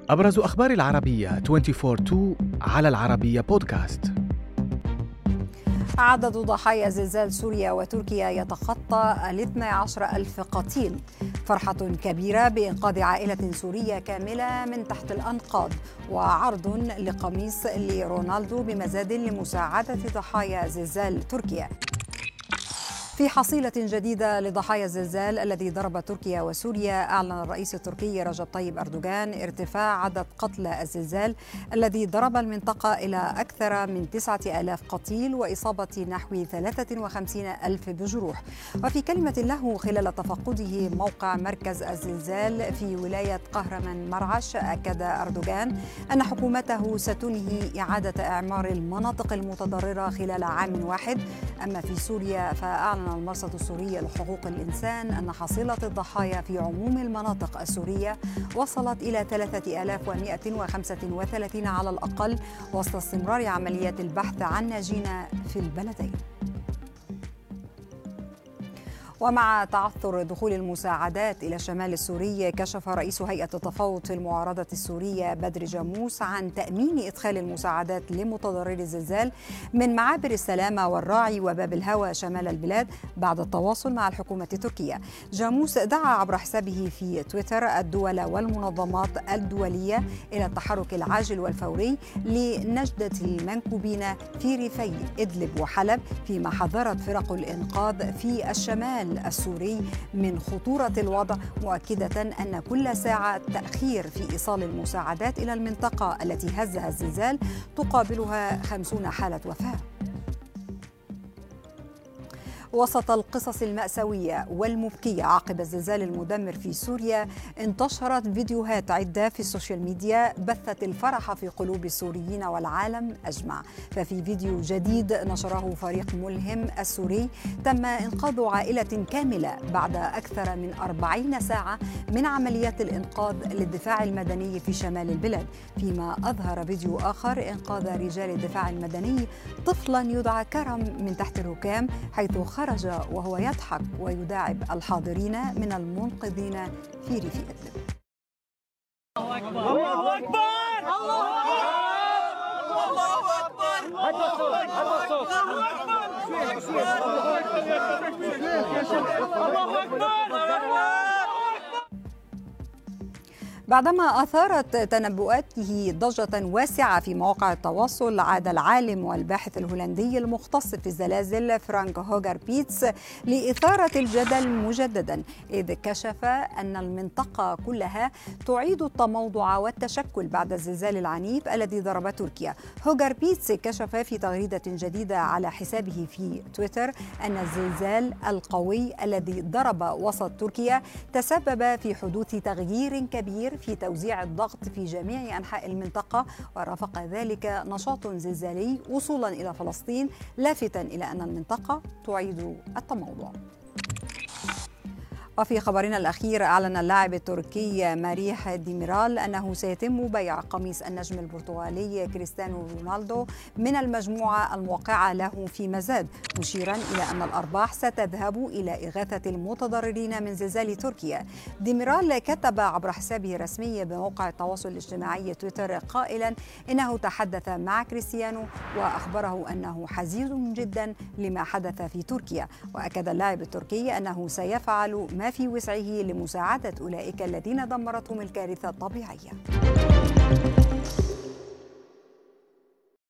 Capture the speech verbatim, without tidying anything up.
أبرز أخبار العربية أربعة وعشرين اثنين على العربية بودكاست. عدد ضحايا زلزال سوريا وتركيا يتخطى الاثني عشر ألف قتيل. فرحة كبيرة بإنقاذ عائلة سورية كاملة من تحت الأنقاض، وعرض لقميص لرونالدو بمزاد لمساعدة ضحايا زلزال تركيا. في حصيلة جديدة لضحايا الزلزال الذي ضرب تركيا وسوريا، أعلن الرئيس التركي رجب طيب أردوغان ارتفاع عدد قتلى الزلزال الذي ضرب المنطقة إلى أكثر من تسعة آلاف قتيل وإصابة نحو ثلاثة وخمسين ألف بجروح. وفي كلمة له خلال تفقده موقع مركز الزلزال في ولاية قهرمان مرعش، أكد أردوغان أن حكومته ستنهي إعادة إعمار المناطق المتضررة خلال عام واحد. أما في سوريا فأعلن المرصد السوري لحقوق الإنسان أن حصيلة الضحايا في عموم المناطق السورية وصلت إلى ثلاثة آلاف ومئة وخمسة وثلاثين على الأقل، وسط استمرار عمليات البحث عن ناجين في البلدين. ومع تعثر دخول المساعدات إلى الشمال السوري، كشف رئيس هيئة التفاوض في المعارضة السورية بدر جاموس عن تأمين إدخال المساعدات لمتضرري الزلزال من معابر السلامة والراعي وباب الهوى شمال البلاد بعد التواصل مع الحكومة التركية. جاموس دعا عبر حسابه في تويتر الدول والمنظمات الدولية إلى التحرك العاجل والفوري لنجدة المنكوبين في ريفي إدلب وحلب، فيما حذرت فرق الإنقاذ في الشمال السوري من خطورة الوضع، مؤكدة أن كل ساعة تأخير في إيصال المساعدات إلى المنطقة التي هزها الزلزال تقابلها خمسين حالة وفاة. وسط القصص المأساوية والمبكية عقب الزلزال المدمر في سوريا، انتشرت فيديوهات عدة في السوشيال ميديا بثت الفرح في قلوب السوريين والعالم أجمع. ففي فيديو جديد نشره فريق ملهم السوري، تم إنقاذ عائلة كاملة بعد أكثر من أربعين ساعة من عمليات الإنقاذ للدفاع المدني في شمال البلاد، فيما أظهر فيديو آخر إنقاذ رجال الدفاع المدني طفلا يدعى كرم من تحت الركام، حيث خرج وهو يضحك ويداعب الحاضرين من المنقذين في ريف إدلب. الله أكبر الله أكبر الله أكبر. بعدما أثارت تنبؤاته ضجة واسعة في مواقع التواصل، عاد العالم والباحث الهولندي المختص في الزلازل فرانك هوغر بيتس لإثارة الجدل مجددا، إذ كشف أن المنطقة كلها تعيد التموضع والتشكل بعد الزلزال العنيف الذي ضرب تركيا. هوغر بيتس كشف في تغريدة جديدة على حسابه في تويتر أن الزلزال القوي الذي ضرب وسط تركيا تسبب في حدوث تغيير كبير في توزيع الضغط في جميع أنحاء المنطقة، ورافق ذلك نشاط زلزالي وصولا إلى فلسطين، لافتاً إلى أن المنطقة تعيد التموضع. وفي خبرنا الأخير، أعلن اللاعب التركي ماريح ديميرال أنه سيتم بيع قميص النجم البرتغالي كريستيانو رونالدو من المجموعة الموقعة له في مزاد، مشيرا إلى أن الأرباح ستذهب إلى إغاثة المتضررين من زلزال تركيا. ديميرال كتب عبر حسابه الرسمي بموقع التواصل الاجتماعي تويتر قائلا إنه تحدث مع كريستيانو وأخبره أنه حزين جدا لما حدث في تركيا. وأكد اللاعب التركي أنه سيفعل ما في وسعه لمساعدة أولئك الذين دمرتهم الكارثة الطبيعية.